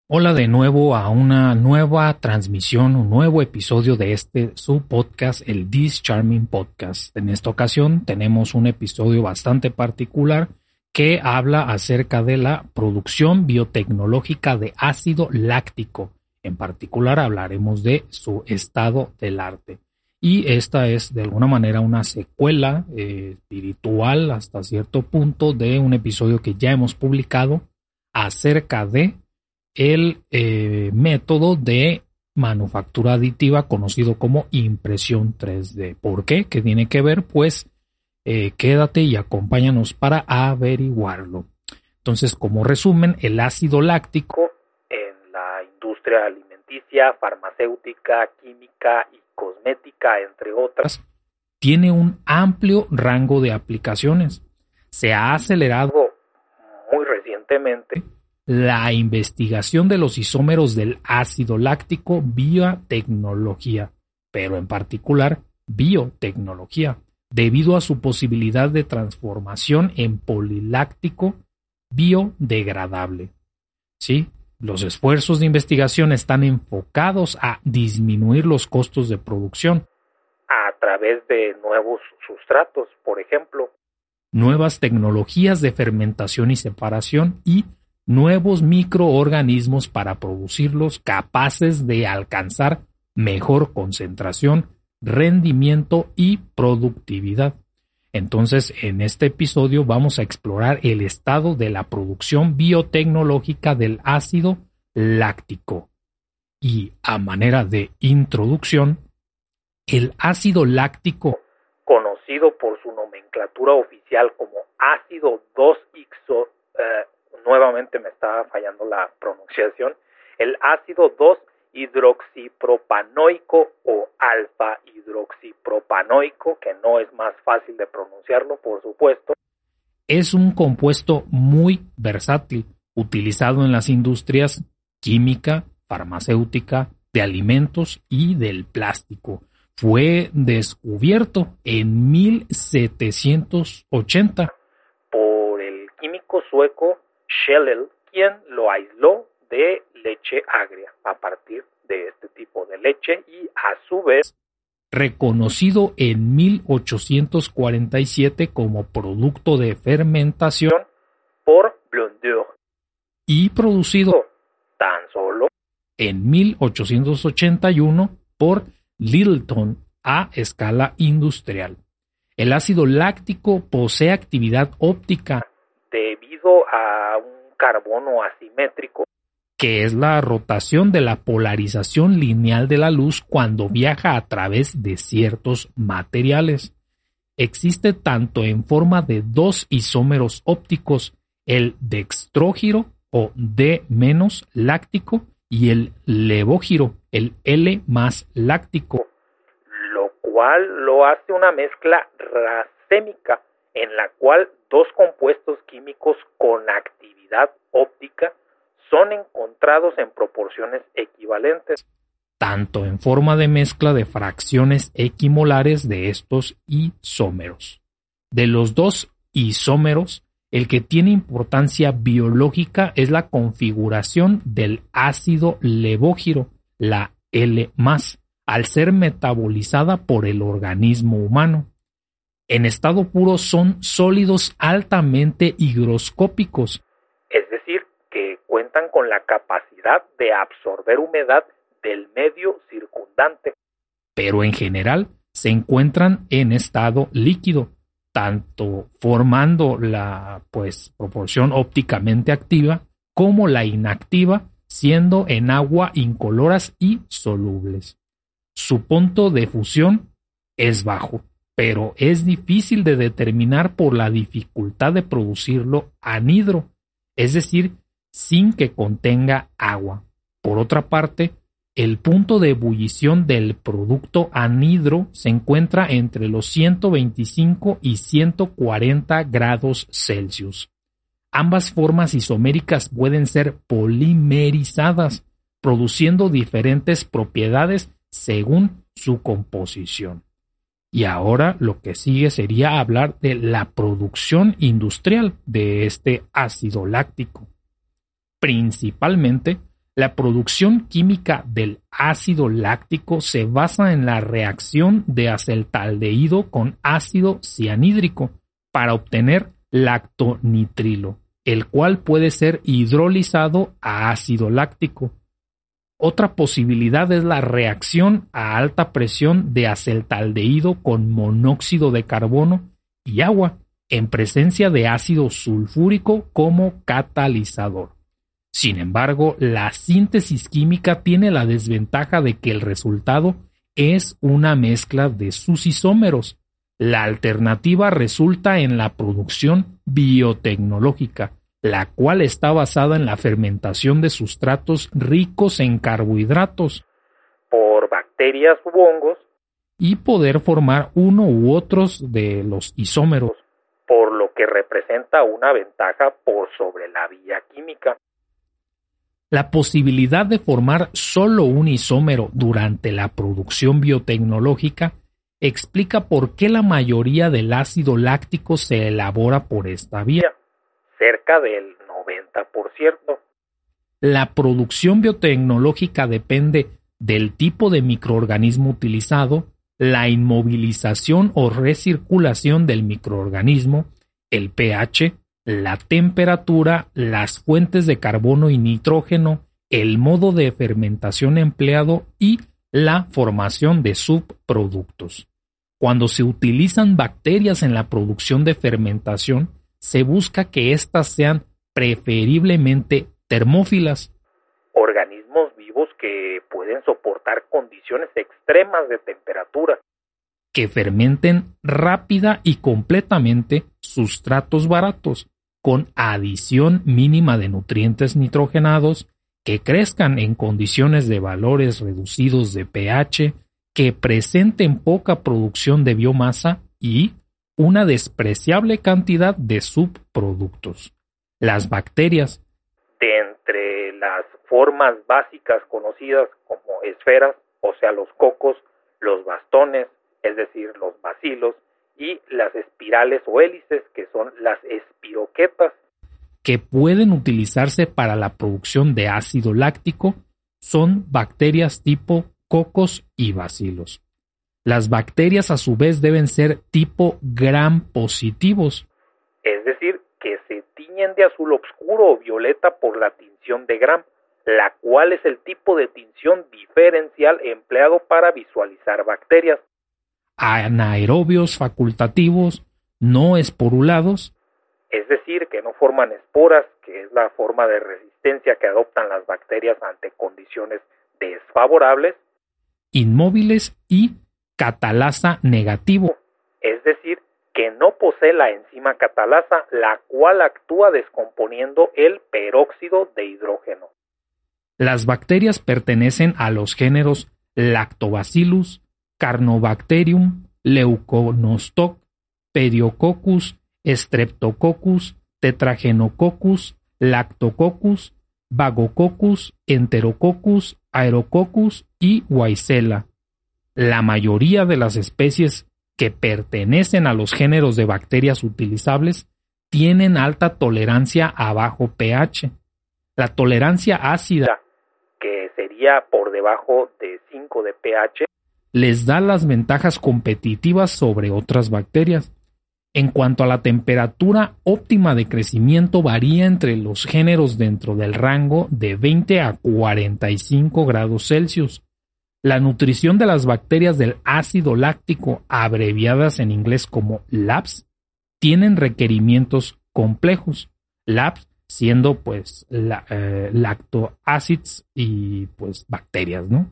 Hola de nuevo a una nueva transmisión, un nuevo episodio de su podcast, el This Charming Podcast. En esta ocasión tenemos un episodio bastante particular que habla acerca de la producción biotecnológica de ácido láctico. En particular hablaremos de su estado del arte. Y esta es de alguna manera una secuela espiritual hasta cierto punto de un episodio que ya hemos publicado acerca de el método de manufactura aditiva conocido como impresión 3D. ¿Por qué? ¿Qué tiene que ver? Pues quédate y acompáñanos para averiguarlo. Entonces, como resumen, el ácido láctico en la industria alimenticia, farmacéutica, química y cosmética, entre otras, tiene un amplio rango de aplicaciones. Se ha acelerado muy recientemente la investigación de los isómeros del ácido láctico vía tecnología, pero en particular biotecnología, debido a su posibilidad de transformación en poliláctico biodegradable. ¿Sí? Los esfuerzos de investigación están enfocados a disminuir los costos de producción a través de nuevos sustratos, por ejemplo, nuevas tecnologías de fermentación y separación y nuevos microorganismos para producirlos capaces de alcanzar mejor concentración, rendimiento y productividad. Entonces, en este episodio vamos a explorar el estado de la producción biotecnológica del ácido láctico. Y a manera de introducción, el ácido láctico, conocido por su nomenclatura oficial como ácido 2-hidroxi, nuevamente me está fallando la pronunciación, el ácido 2-hidroxipropanoico o alfa-hidroxipropanoico, que no es más fácil de pronunciarlo, por supuesto, es un compuesto muy versátil, utilizado en las industrias química, farmacéutica, de alimentos y del plástico. Fue descubierto en 1780 por el químico sueco Schellel, quien lo aisló de leche agria a partir de este tipo de leche y a su vez reconocido en 1847 como producto de fermentación por Blondieu y producido tan solo en 1881 por Littleton a escala industrial. El ácido láctico posee actividad óptica debido a un carbono asimétrico, que es la rotación de la polarización lineal de la luz cuando viaja a través de ciertos materiales. Existe tanto en forma de dos isómeros ópticos, el dextrógiro o D- láctico y el levógiro, el L+ láctico, lo cual lo hace una mezcla racémica en la cual dos compuestos químicos con actividad óptica son encontrados en proporciones equivalentes, tanto en forma de mezcla de fracciones equimolares de estos isómeros. De los dos isómeros, el que tiene importancia biológica es la configuración del ácido levógiro, la L+, al ser metabolizada por el organismo humano. En estado puro son sólidos altamente higroscópicos, es decir, que cuentan con la capacidad de absorber humedad del medio circundante, pero en general se encuentran en estado líquido, tanto formando la proporción ópticamente activa como la inactiva, siendo en agua incoloras y solubles. Su punto de fusión es bajo, pero es difícil de determinar por la dificultad de producirlo anhidro, es decir, sin que contenga agua. Por otra parte, el punto de ebullición del producto anhidro se encuentra entre los 125 y 140 grados Celsius. Ambas formas isoméricas pueden ser polimerizadas, produciendo diferentes propiedades según su composición. Y ahora lo que sigue sería hablar de la producción industrial de este ácido láctico. Principalmente, La producción química del ácido láctico se basa en la reacción de acetaldehído con ácido cianhídrico para obtener lactonitrilo, el cual puede ser hidrolizado a ácido láctico. Otra posibilidad es la reacción a alta presión de acetaldehído con monóxido de carbono y agua en presencia de ácido sulfúrico como catalizador. Sin embargo, la síntesis química tiene la desventaja de que el resultado es una mezcla de sus isómeros. La alternativa resulta en la producción biotecnológica, la cual está basada en la fermentación de sustratos ricos en carbohidratos por bacterias u hongos y poder formar uno u otros de los isómeros, por lo que representa una ventaja por sobre la vía química. La posibilidad de formar solo un isómero durante la producción biotecnológica explica por qué la mayoría del ácido láctico se elabora por esta vía, cerca del 90%. La producción biotecnológica depende del tipo de microorganismo utilizado, la inmovilización o recirculación del microorganismo, el pH, la temperatura, las fuentes de carbono y nitrógeno, el modo de fermentación empleado y la formación de subproductos. Cuando se utilizan bacterias en la producción de fermentación, se busca que éstas sean preferiblemente termófilas, organismos vivos que pueden soportar condiciones extremas de temperatura, que fermenten rápida y completamente sustratos baratos, con adición mínima de nutrientes nitrogenados, que crezcan en condiciones de valores reducidos de pH, que presenten poca producción de biomasa y una despreciable cantidad de subproductos. Las bacterias, de entre las formas básicas conocidas como esferas, o sea, los cocos, los bastones, es decir, los bacilos, y las espirales o hélices, que son las espiroquetas, que pueden utilizarse para la producción de ácido láctico, son bacterias tipo cocos y bacilos. Las bacterias a su vez deben ser tipo gram positivos, es decir, que se tiñen de azul oscuro o violeta por la tinción de Gram, la cual es el tipo de tinción diferencial empleado para visualizar bacterias. Anaerobios facultativos, no esporulados, es decir, que no forman esporas, que es la forma de resistencia que adoptan las bacterias ante condiciones desfavorables, inmóviles y catalasa negativo, es decir, que no posee la enzima catalasa, la cual actúa descomponiendo el peróxido de hidrógeno. Las bacterias pertenecen a los géneros Lactobacillus, Carnobacterium, Leuconostoc, Pediococcus, Streptococcus, Tetragenococcus, Lactococcus, Bagococcus, Enterococcus, Aerococcus y Weissella. La mayoría de las especies que pertenecen a los géneros de bacterias utilizables tienen alta tolerancia a bajo pH. La tolerancia ácida, que sería por debajo de 5 de pH, les da las ventajas competitivas sobre otras bacterias. En cuanto a la temperatura óptima de crecimiento, varía entre los géneros dentro del rango de 20 a 45 grados Celsius. La nutrición de las bacterias del ácido láctico, abreviadas en inglés como LABs, tienen requerimientos complejos. LABs siendo pues lactoacids y pues bacterias, ¿no?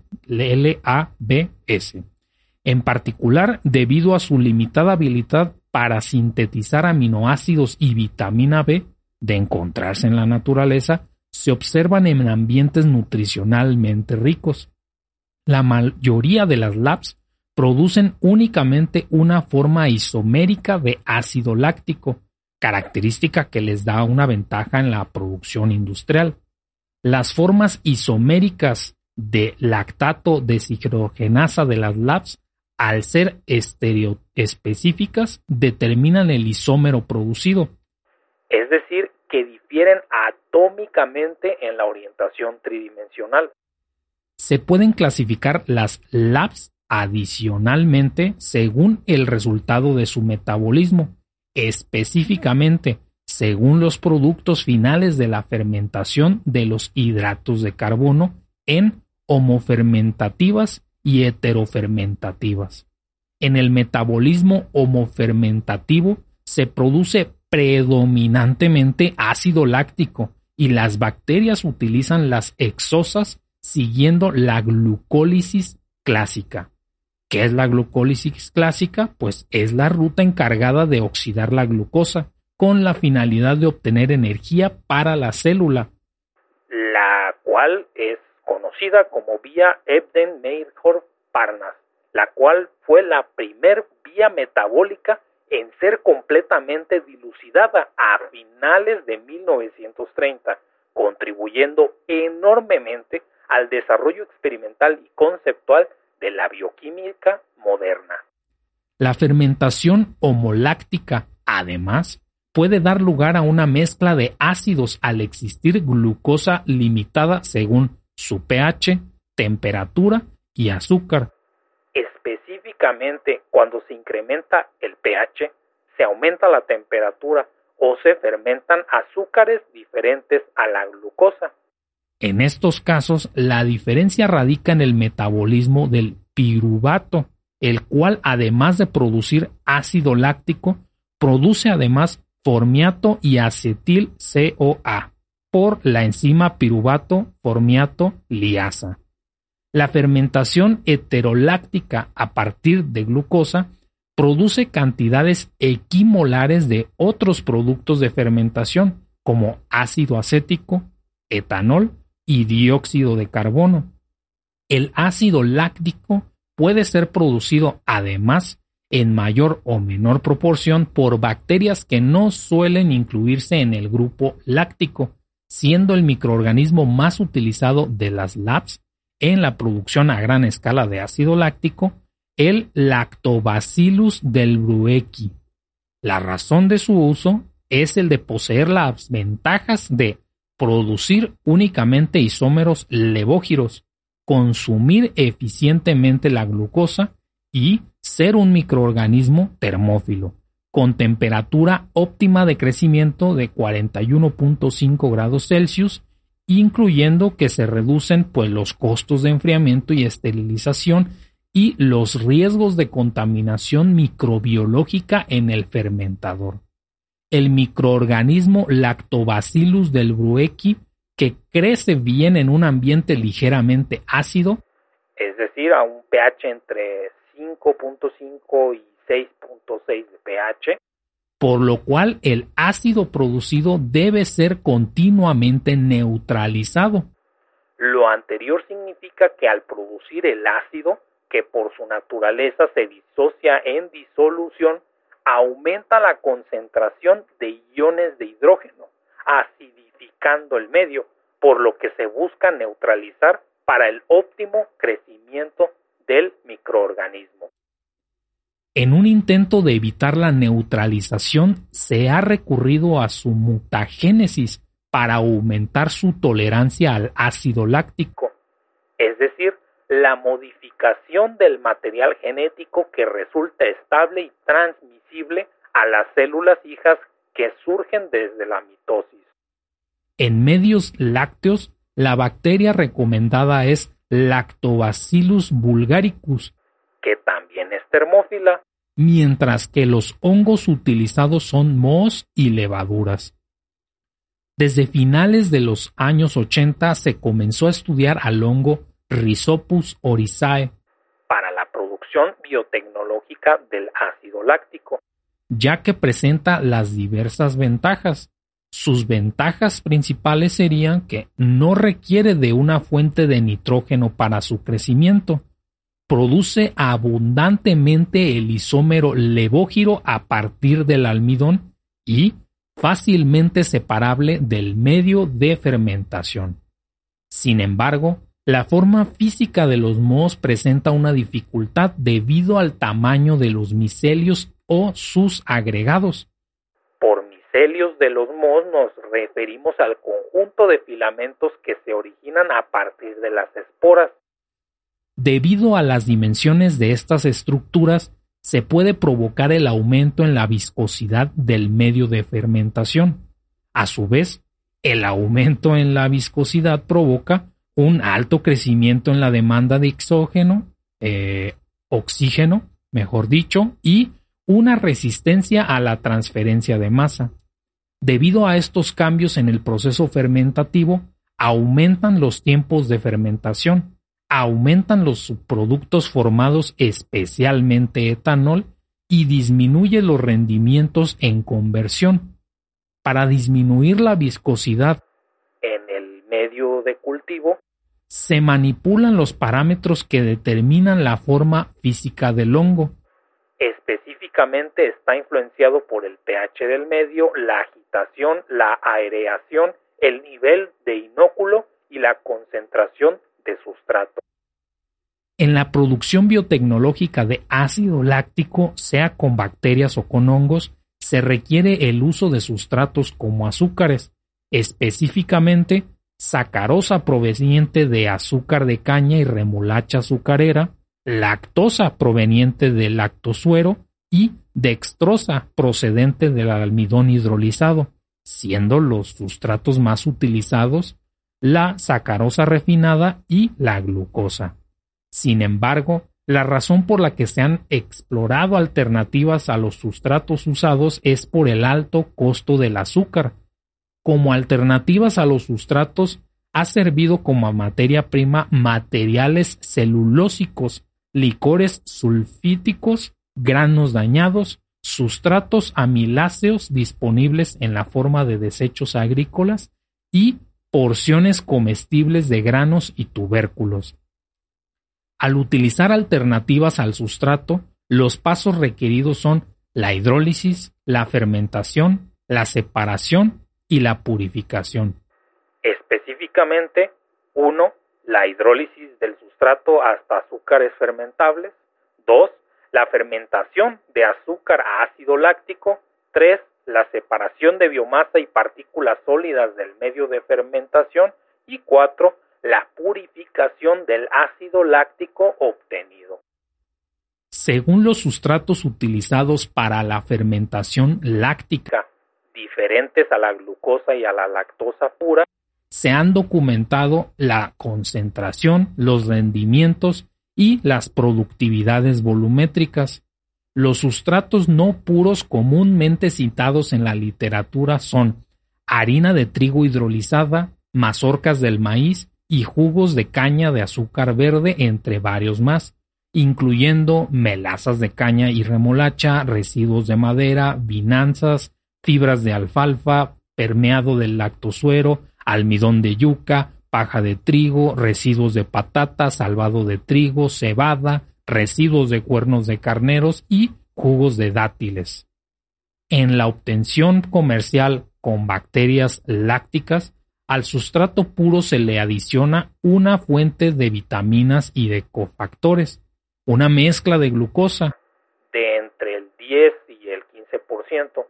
LABS. En particular, debido a su limitada habilidad para sintetizar aminoácidos y vitamina B de encontrarse en la naturaleza, se observan en ambientes nutricionalmente ricos. La mayoría de las LABs producen únicamente una forma isomérica de ácido láctico, característica que les da una ventaja en la producción industrial. Las formas isoméricas de lactato deshidrogenasa de las LABs, al ser estereoespecíficas, determinan el isómero producido. Es decir, que difieren atómicamente en la orientación tridimensional. Se pueden clasificar las labs adicionalmente según el resultado de su metabolismo, específicamente según los productos finales de la fermentación de los hidratos de carbono en homofermentativas y heterofermentativas. En el metabolismo homofermentativo se produce predominantemente ácido láctico y las bacterias utilizan las hexosas siguiendo la glucólisis clásica. ¿Qué es la glucólisis clásica? Pues es la ruta encargada de oxidar la glucosa con la finalidad de obtener energía para la célula, la cual es conocida como vía Ebden-Meyerhof-Parnas, la cual fue la primer vía metabólica en ser completamente dilucidada a finales de 1930, contribuyendo enormemente al desarrollo experimental y conceptual de la bioquímica moderna. La fermentación homoláctica, además, puede dar lugar a una mezcla de ácidos al existir glucosa limitada según su pH, temperatura y azúcar. Específicamente, cuando se incrementa el pH, se aumenta la temperatura o se fermentan azúcares diferentes a la glucosa. En estos casos, la diferencia radica en el metabolismo del piruvato, el cual, además de producir ácido láctico, produce además formiato y acetil-CoA por la enzima piruvato formiato liasa. La fermentación heteroláctica a partir de glucosa produce cantidades equimolares de otros productos de fermentación como ácido acético, etanol y dióxido de carbono. El ácido láctico puede ser producido además en mayor o menor proporción por bacterias que no suelen incluirse en el grupo láctico, siendo el microorganismo más utilizado de las labs en la producción a gran escala de ácido láctico, el Lactobacillus delbrueckii. La razón de su uso es el de poseer las ventajas de producir únicamente isómeros levógiros, consumir eficientemente la glucosa y ser un microorganismo termófilo, con temperatura óptima de crecimiento de 41.5 grados Celsius, incluyendo que se reducen los costos de enfriamiento y esterilización y los riesgos de contaminación microbiológica en el fermentador. El microorganismo Lactobacillus delbrueckii, que crece bien en un ambiente ligeramente ácido, es decir, a un pH entre 5.5 y 6.6 de pH, por lo cual el ácido producido debe ser continuamente neutralizado. Lo anterior significa que al producir el ácido, que por su naturaleza se disocia en disolución, aumenta la concentración de iones de hidrógeno, acidificando el medio, por lo que se busca neutralizar para el óptimo crecimiento del microorganismo. En un intento de evitar la neutralización, se ha recurrido a su mutagénesis para aumentar su tolerancia al ácido láctico. Es decir, la modificación del material genético que resulta estable y transmisible a las células hijas que surgen desde la mitosis. En medios lácteos, la bacteria recomendada es Lactobacillus bulgaricus, que también es termófila, mientras que los hongos utilizados son mohos y levaduras. Desde finales de los años 80 se comenzó a estudiar al hongo Rhizopus oryzae para la producción biotecnológica del ácido láctico, ya que presenta las diversas ventajas. Sus ventajas principales serían que no requiere de una fuente de nitrógeno para su crecimiento, produce abundantemente el isómero levógiro a partir del almidón y fácilmente separable del medio de fermentación. Sin embargo, la forma física de los mohos presenta una dificultad debido al tamaño de los micelios o sus agregados. Por micelios de los mohos nos referimos al conjunto de filamentos que se originan a partir de las esporas. Debido a las dimensiones de estas estructuras, se puede provocar el aumento en la viscosidad del medio de fermentación. A su vez, el aumento en la viscosidad provoca un alto crecimiento en la demanda de oxígeno, mejor dicho, y una resistencia a la transferencia de masa. Debido a estos cambios en el proceso fermentativo, aumentan los tiempos de fermentación, aumentan los subproductos formados, especialmente etanol, y disminuye los rendimientos en conversión. Para disminuir la viscosidad en el medio de cultivo, se manipulan los parámetros que determinan la forma física del hongo. Específicamente está influenciado por el pH del medio, la agitación, la aireación, el nivel de inóculo y la concentración de sustrato. En la producción biotecnológica de ácido láctico, sea con bacterias o con hongos, se requiere el uso de sustratos como azúcares, específicamente sacarosa proveniente de azúcar de caña y remolacha azucarera, lactosa proveniente del lactosuero y dextrosa procedente del almidón hidrolizado, siendo los sustratos más utilizados la sacarosa refinada y la glucosa. Sin embargo, la razón por la que se han explorado alternativas a los sustratos usados es por el alto costo del azúcar. Como alternativas a los sustratos, ha servido como materia prima materiales celulósicos, licores sulfíticos, granos dañados, sustratos amiláceos disponibles en la forma de desechos agrícolas y porciones comestibles de granos y tubérculos. Al utilizar alternativas al sustrato, los pasos requeridos son la hidrólisis, la fermentación, la separación y la purificación. Específicamente, 1. La hidrólisis del sustrato hasta azúcares fermentables. 2. La fermentación de azúcar a ácido láctico. 3. La separación de biomasa y partículas sólidas del medio de fermentación. Y 4. La purificación del ácido láctico obtenido. Según los sustratos utilizados para la fermentación láctica, diferentes a la glucosa y a la lactosa pura, se han documentado la concentración, los rendimientos y las productividades volumétricas. Los sustratos no puros comúnmente citados en la literatura son harina de trigo hidrolizada, mazorcas del maíz y jugos de caña de azúcar verde, entre varios más, incluyendo melazas de caña y remolacha, residuos de madera, vinazas, fibras de alfalfa, permeado del lactosuero, almidón de yuca, paja de trigo, residuos de patata, salvado de trigo, cebada, residuos de cuernos de carneros y jugos de dátiles. En la obtención comercial con bacterias lácticas, al sustrato puro se le adiciona una fuente de vitaminas y de cofactores, una mezcla de glucosa de entre el 10 y el 15%,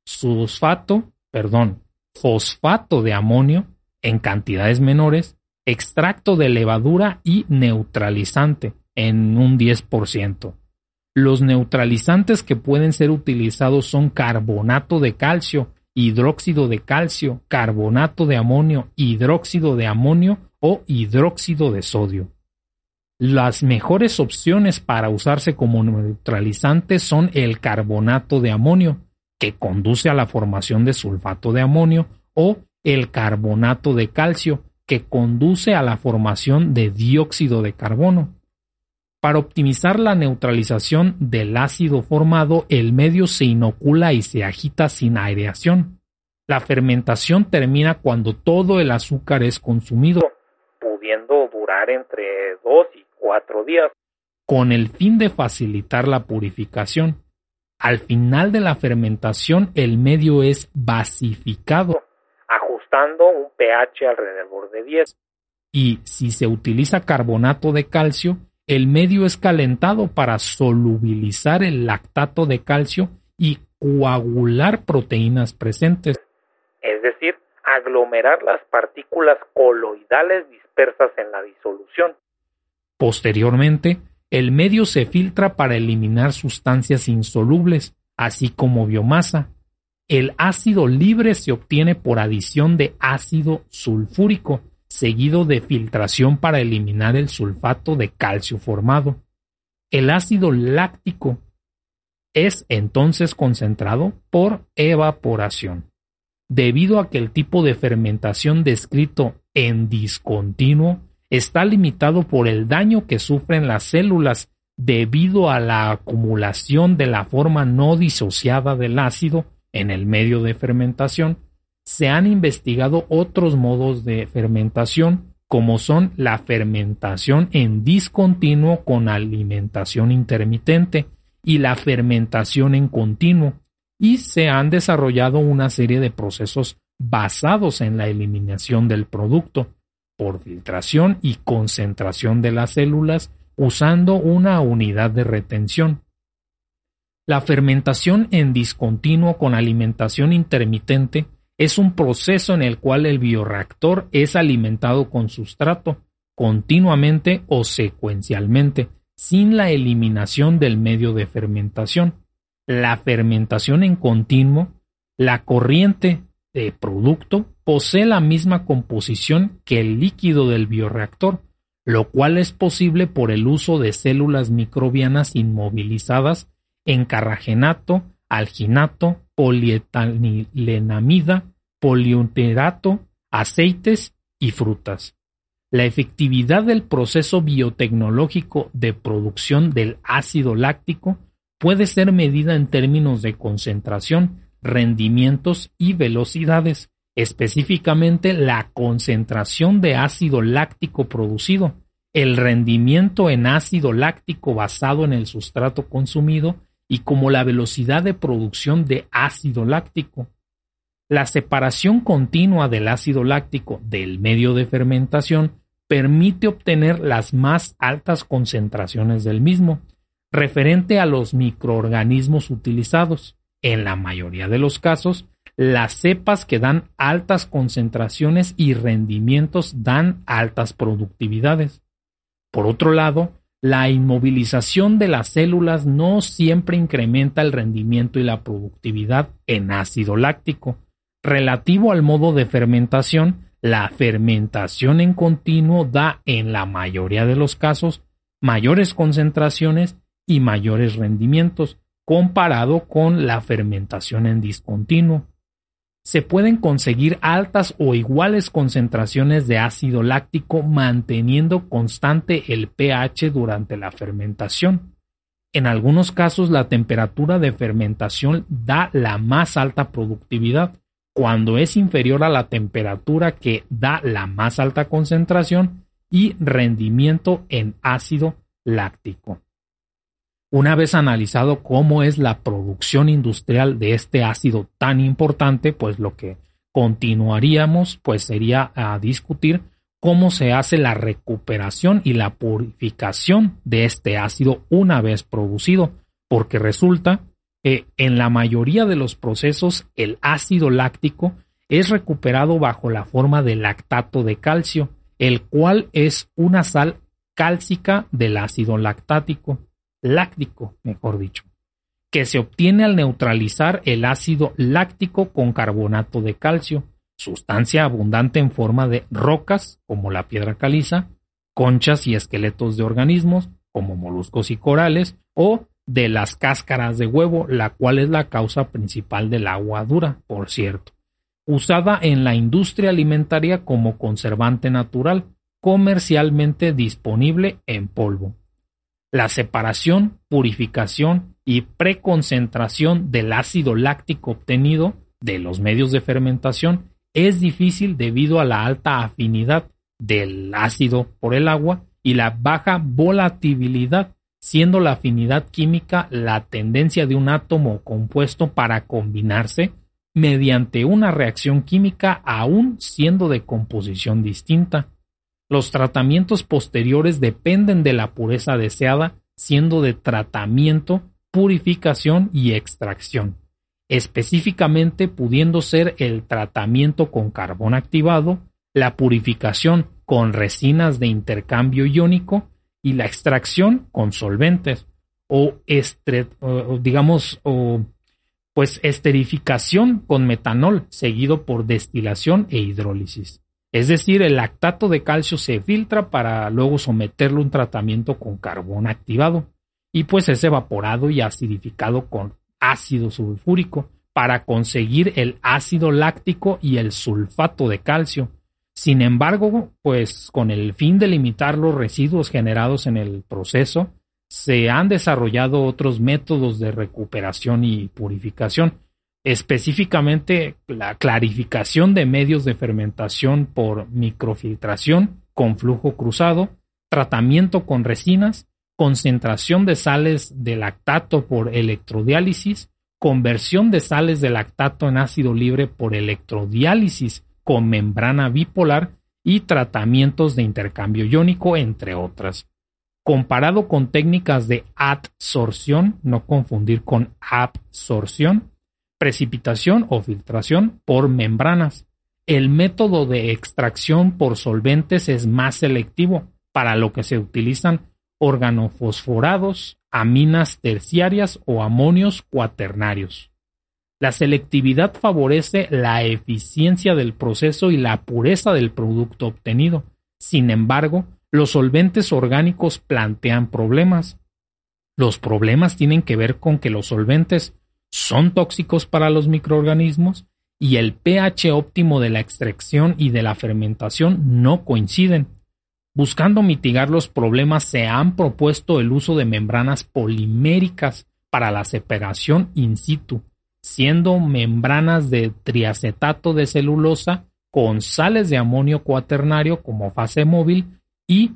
fosfato de amonio en cantidades menores, extracto de levadura y neutralizante en un 10%. Los neutralizantes que pueden ser utilizados son carbonato de calcio, hidróxido de calcio, carbonato de amonio, hidróxido de amonio o hidróxido de sodio. Las mejores opciones para usarse como neutralizante son el carbonato de amonio, que conduce a la formación de sulfato de amonio, o el carbonato de calcio, que conduce a la formación de dióxido de carbono. Para optimizar la neutralización del ácido formado, el medio se inocula y se agita sin aireación. La fermentación termina cuando todo el azúcar es consumido, pudiendo durar entre 2 y 4 días, con el fin de facilitar la purificación. Al final de la fermentación, el medio es basificado, ajustando un pH alrededor de 10. Y si se utiliza carbonato de calcio, el medio es calentado para solubilizar el lactato de calcio y coagular proteínas presentes, es decir, aglomerar las partículas coloidales dispersas en la disolución. Posteriormente, el medio se filtra para eliminar sustancias insolubles, así como biomasa. El ácido libre se obtiene por adición de ácido sulfúrico, seguido de filtración para eliminar el sulfato de calcio formado. El ácido láctico es entonces concentrado por evaporación. Debido a que el tipo de fermentación descrito en discontinuo está limitado por el daño que sufren las células debido a la acumulación de la forma no disociada del ácido en el medio de fermentación, se han investigado otros modos de fermentación, como son la fermentación en discontinuo con alimentación intermitente y la fermentación en continuo, y se han desarrollado una serie de procesos basados en la eliminación del producto por filtración y concentración de las células usando una unidad de retención. La fermentación en discontinuo con alimentación intermitente es un proceso en el cual el bioreactor es alimentado con sustrato continuamente o secuencialmente, sin la eliminación del medio de fermentación. La fermentación en continuo, la corriente de producto posee la misma composición que el líquido del bioreactor, lo cual es posible por el uso de células microbianas inmovilizadas en carragenato, alginato, polietilenamida, poliuterato, aceites y frutas. La efectividad del proceso biotecnológico de producción del ácido láctico puede ser medida en términos de concentración, rendimientos y velocidades, específicamente la concentración de ácido láctico producido, el rendimiento en ácido láctico basado en el sustrato consumido y como la velocidad de producción de ácido láctico. La separación continua del ácido láctico del medio de fermentación permite obtener las más altas concentraciones del mismo, referente a los microorganismos utilizados. En la mayoría de los casos, las cepas que dan altas concentraciones y rendimientos dan altas productividades. Por otro lado, la inmovilización de las células no siempre incrementa el rendimiento y la productividad en ácido láctico. Relativo al modo de fermentación, la fermentación en continuo da en la mayoría de los casos mayores concentraciones y mayores rendimientos comparado con la fermentación en discontinuo. Se pueden conseguir altas o iguales concentraciones de ácido láctico manteniendo constante el pH durante la fermentación. En algunos casos, la temperatura de fermentación da la más alta productividad, cuando es inferior a la temperatura que da la más alta concentración y rendimiento en ácido láctico. Una vez analizado cómo es la producción industrial de este ácido tan importante, pues lo que continuaríamos pues sería a discutir cómo se hace la recuperación y la purificación de este ácido una vez producido, porque resulta que en la mayoría de los procesos el ácido láctico es recuperado bajo la forma de lactato de calcio, el cual es una sal cálcica del ácido láctico, que se obtiene al neutralizar el ácido láctico con carbonato de calcio, sustancia abundante en forma de rocas como la piedra caliza, conchas y esqueletos de organismos como moluscos y corales, o de las cáscaras de huevo, la cual es la causa principal del agua dura, por cierto, usada en la industria alimentaria como conservante natural, comercialmente disponible en polvo. La separación, purificación y preconcentración del ácido láctico obtenido de los medios de fermentación es difícil debido a la alta afinidad del ácido por el agua y la baja volatilidad, siendo la afinidad química la tendencia de un átomo compuesto para combinarse mediante una reacción química aún siendo de composición distinta. Los tratamientos posteriores dependen de la pureza deseada, siendo de tratamiento, purificación y extracción. específicamente pudiendo ser el tratamiento con carbón activado, la purificación con resinas de intercambio iónico y la extracción con solventes esterificación con metanol seguido por destilación e hidrólisis. Es decir, el lactato de calcio se filtra para luego someterlo a un tratamiento con carbón activado y pues es evaporado y acidificado con ácido sulfúrico para conseguir el ácido láctico y el sulfato de calcio. Sin embargo, pues con el fin de limitar los residuos generados en el proceso, se han desarrollado otros métodos de recuperación y purificación, específicamente la clarificación de medios de fermentación por microfiltración con flujo cruzado, tratamiento con resinas, concentración de sales de lactato por electrodiálisis, conversión de sales de lactato en ácido libre por electrodiálisis con membrana bipolar y tratamientos de intercambio iónico, entre otras. Comparado con técnicas de adsorción, no confundir con absorción, precipitación o filtración por membranas. El método de extracción por solventes es más selectivo, para lo que se utilizan organofosforados, aminas terciarias o amonios cuaternarios. La selectividad favorece la eficiencia del proceso y la pureza del producto obtenido. Sin embargo, los solventes orgánicos plantean problemas. Los problemas tienen que ver con que los solventes son tóxicos para los microorganismos y el pH óptimo de la extracción y de la fermentación no coinciden. Buscando mitigar los problemas, se han propuesto el uso de membranas poliméricas para la separación in situ, siendo membranas de triacetato de celulosa con sales de amonio cuaternario como fase móvil y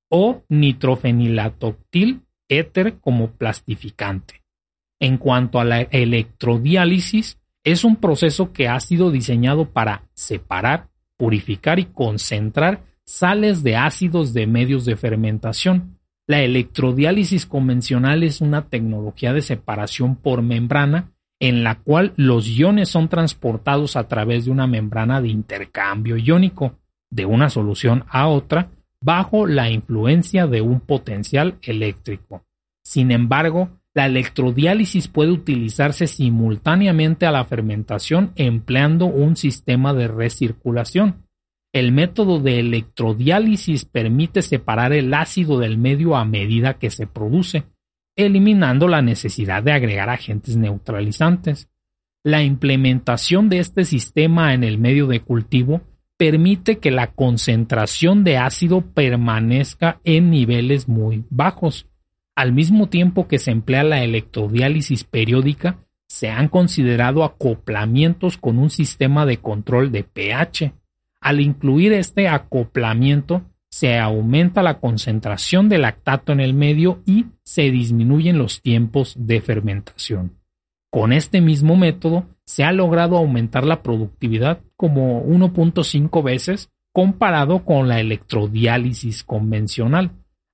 o nitrofenilatoctil éter como plastificante. En cuanto a la electrodiálisis, es un proceso que ha sido diseñado para separar, purificar y concentrar sales de ácidos de medios de fermentación. La electrodiálisis convencional es una tecnología de separación por membrana en la cual los iones son transportados a través de una membrana de intercambio iónico de una solución a otra bajo la influencia de un potencial eléctrico. Sin embargo, la electrodiálisis puede utilizarse simultáneamente a la fermentación empleando un sistema de recirculación. El método de electrodiálisis permite separar el ácido del medio a medida que se produce, eliminando la necesidad de agregar agentes neutralizantes. La implementación de este sistema en el medio de cultivo permite que la concentración de ácido permanezca en niveles muy bajos. Al mismo tiempo que se emplea la electrodiálisis periódica, se han considerado acoplamientos con un sistema de control de pH. Al incluir este acoplamiento, se aumenta la concentración de lactato en el medio y se disminuyen los tiempos de fermentación. Con este mismo método, se ha logrado aumentar la productividad como 1.5 veces comparado con la electrodiálisis convencional.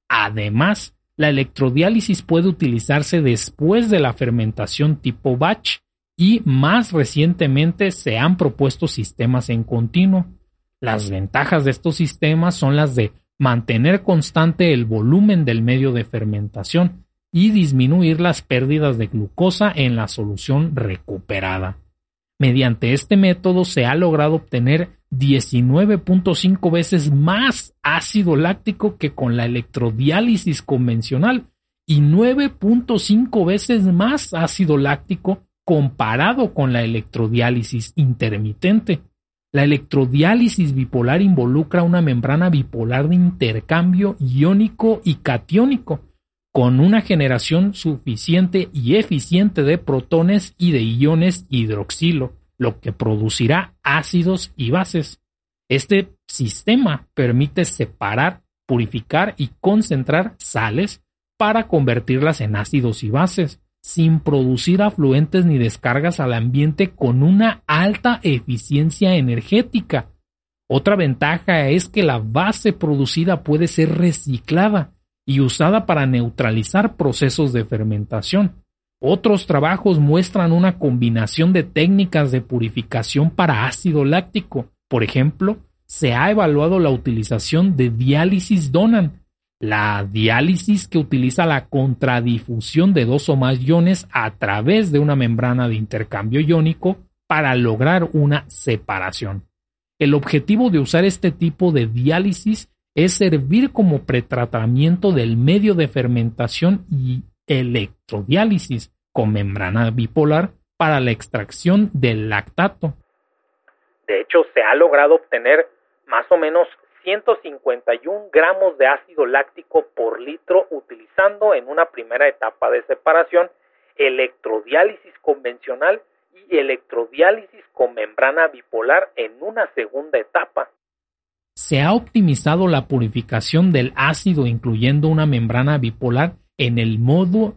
Además, la electrodiálisis puede utilizarse después de la fermentación tipo batch y más recientemente se han propuesto sistemas en continuo. Las ventajas de estos sistemas son las de mantener constante el volumen del medio de fermentación y disminuir las pérdidas de glucosa en la solución recuperada. Mediante este método se ha logrado obtener 19.5 veces más ácido láctico que con la electrodiálisis convencional y 9.5 veces más ácido láctico comparado con la electrodiálisis intermitente. La electrodiálisis bipolar involucra una membrana bipolar de intercambio iónico y catiónico, con una generación suficiente y eficiente de protones y de iones hidroxilo, lo que producirá ácidos y bases. Este sistema permite separar, purificar y concentrar sales para convertirlas en ácidos y bases, sin producir afluentes ni descargas al ambiente con una alta eficiencia energética. Otra ventaja es que la base producida puede ser reciclada y usada para neutralizar procesos de fermentación. Otros trabajos muestran una combinación de técnicas de purificación para ácido láctico. Por ejemplo, se ha evaluado la utilización de diálisis Donan, la diálisis que utiliza la contradifusión de dos o más iones a través de una membrana de intercambio iónico para lograr una separación. El objetivo de usar este tipo de diálisis es servir como pretratamiento del medio de fermentación y electrodiálisis con membrana bipolar para la extracción del lactato. De hecho, se ha logrado obtener más o menos 151 gramos de ácido láctico por litro utilizando en una primera etapa de separación electrodiálisis convencional y electrodiálisis con membrana bipolar en una segunda etapa. Se ha optimizado la purificación del ácido incluyendo una membrana bipolar en el módulo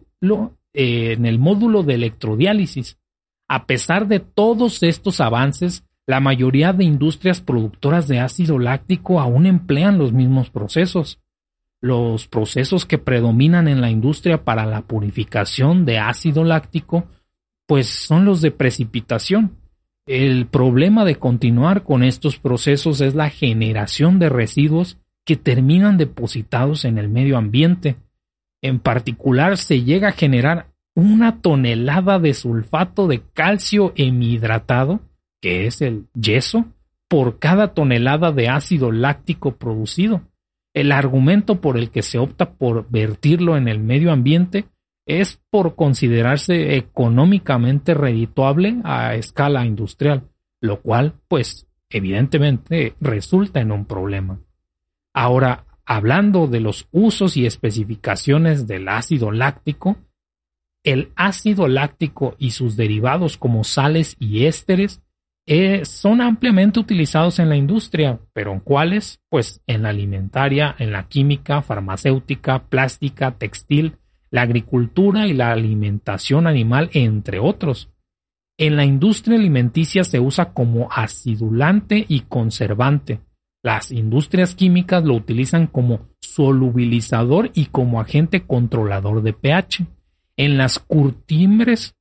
de electrodiálisis. A pesar de todos estos avances, la mayoría de industrias productoras de ácido láctico aún emplean los mismos procesos. Los procesos que predominan en la industria para la purificación de ácido láctico, pues son los de precipitación. El problema de continuar con estos procesos es la generación de residuos que terminan depositados en el medio ambiente. En particular, se llega a generar 1 tonelada de sulfato de calcio hemihidratado, que es el yeso, por cada tonelada de ácido láctico producido. El argumento por el que se opta por vertirlo en el medio ambiente es por considerarse económicamente redituable a escala industrial, lo cual, pues, evidentemente resulta en un problema. Ahora, hablando de los usos y especificaciones del ácido láctico, el ácido láctico y sus derivados como sales y ésteres son ampliamente utilizados en la industria, pero ¿en cuáles? Pues en la alimentaria, en la química, farmacéutica, plástica, textil, la agricultura y la alimentación animal, entre otros. En la industria alimenticia se usa como acidulante y conservante. Las industrias químicas lo utilizan como solubilizador y como agente controlador de pH. En las curtiembres,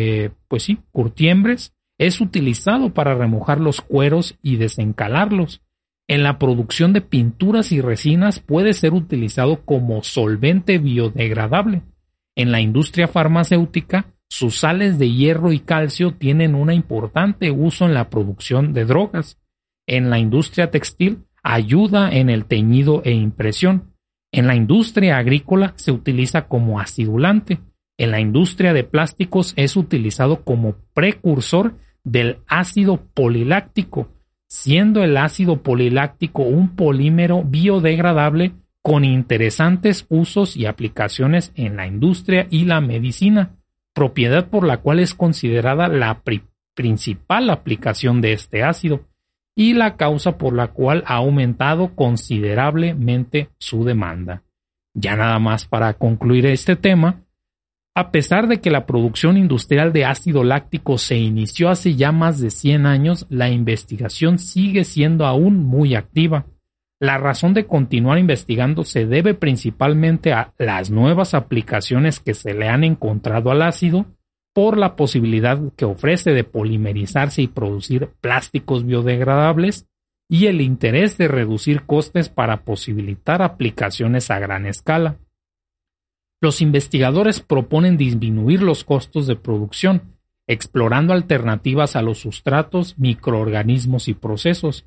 curtiembres, es utilizado para remojar los cueros y desencalarlos. En la producción de pinturas y resinas puede ser utilizado como solvente biodegradable. En la industria farmacéutica, sus sales de hierro y calcio tienen un importante uso en la producción de drogas. En la industria textil, ayuda en el teñido e impresión. En la industria agrícola se utiliza como acidulante. En la industria de plásticos es utilizado como precursor del ácido poliláctico, siendo el ácido poliláctico un polímero biodegradable con interesantes usos y aplicaciones en la industria y la medicina, propiedad por la cual es considerada la principal aplicación de este ácido y la causa por la cual ha aumentado considerablemente su demanda. Ya nada más para concluir este tema, a pesar de que la producción industrial de ácido láctico se inició hace ya más de 100 años, la investigación sigue siendo aún muy activa. La razón de continuar investigando se debe principalmente a las nuevas aplicaciones que se le han encontrado al ácido por la posibilidad que ofrece de polimerizarse y producir plásticos biodegradables y el interés de reducir costes para posibilitar aplicaciones a gran escala. Los investigadores proponen disminuir los costos de producción, explorando alternativas a los sustratos, microorganismos y procesos.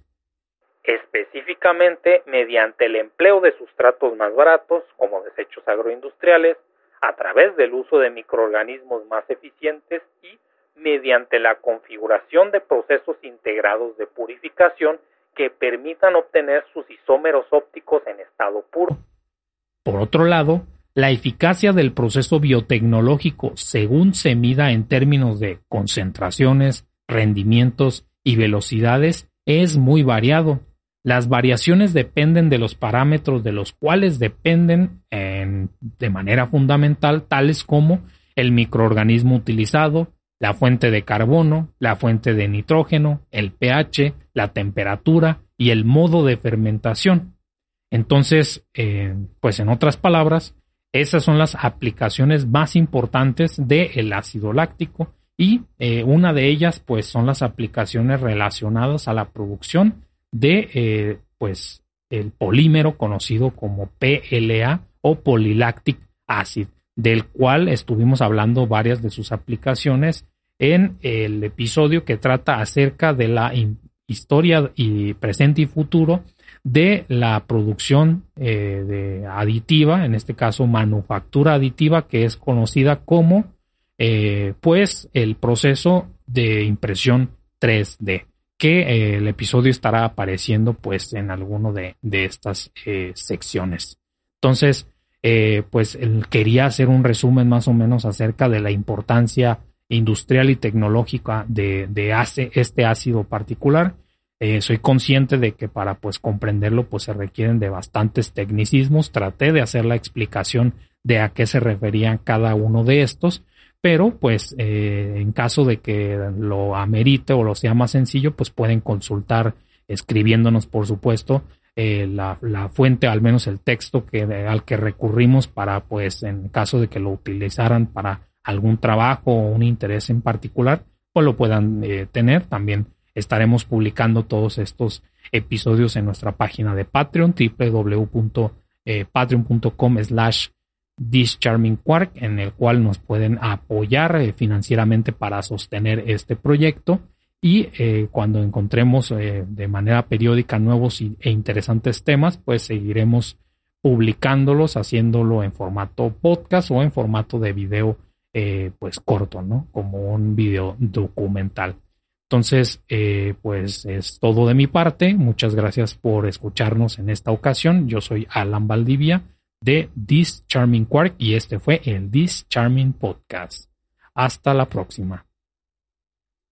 Específicamente mediante el empleo de sustratos más baratos, como desechos agroindustriales, a través del uso de microorganismos más eficientes y mediante la configuración de procesos integrados de purificación que permitan obtener sus isómeros ópticos en estado puro. Por otro lado, la eficacia del proceso biotecnológico, según se mida en términos de concentraciones, rendimientos y velocidades, es muy variado. Las variaciones dependen de los parámetros de los cuales dependen de manera fundamental, tales como el microorganismo utilizado, la fuente de carbono, la fuente de nitrógeno, el pH, la temperatura y el modo de fermentación. Entonces, pues en otras palabras, Esas son las aplicaciones más importantes del ácido láctico y una de ellas pues son las aplicaciones relacionadas a la producción de pues el polímero conocido como PLA o polylactic acid, del cual estuvimos hablando varias de sus aplicaciones en el episodio que trata acerca de la historia y presente y futuro de la producción de aditiva, en este caso manufactura aditiva, que es conocida como pues el proceso de impresión 3D, que el episodio estará apareciendo pues en alguno de estas secciones. Entonces, pues quería hacer un resumen más o menos acerca de la importancia industrial y tecnológica de este ácido particular. Soy consciente de que para pues comprenderlo pues se requieren de bastantes tecnicismos. Traté de hacer la explicación de a qué se referían cada uno de estos, pero pues en caso de que lo amerite o lo sea más sencillo, pues pueden consultar escribiéndonos, por supuesto, la fuente, al menos el texto al que recurrimos para pues en caso de que lo utilizaran para algún trabajo o un interés en particular, pues lo puedan tener. También estaremos publicando todos estos episodios en nuestra página de Patreon, www.patreon.com/ThisCharmingQuark, en el cual nos pueden apoyar financieramente para sostener este proyecto. Y cuando encontremos de manera periódica nuevos e interesantes temas, pues seguiremos publicándolos, haciéndolo en formato podcast o en formato de video pues corto, ¿no? Como un video documental. Entonces, pues es todo de mi parte. Muchas gracias por escucharnos en esta ocasión. Yo soy Alan Valdivia de This Charming Quark y este fue el This Charming Podcast. Hasta la próxima.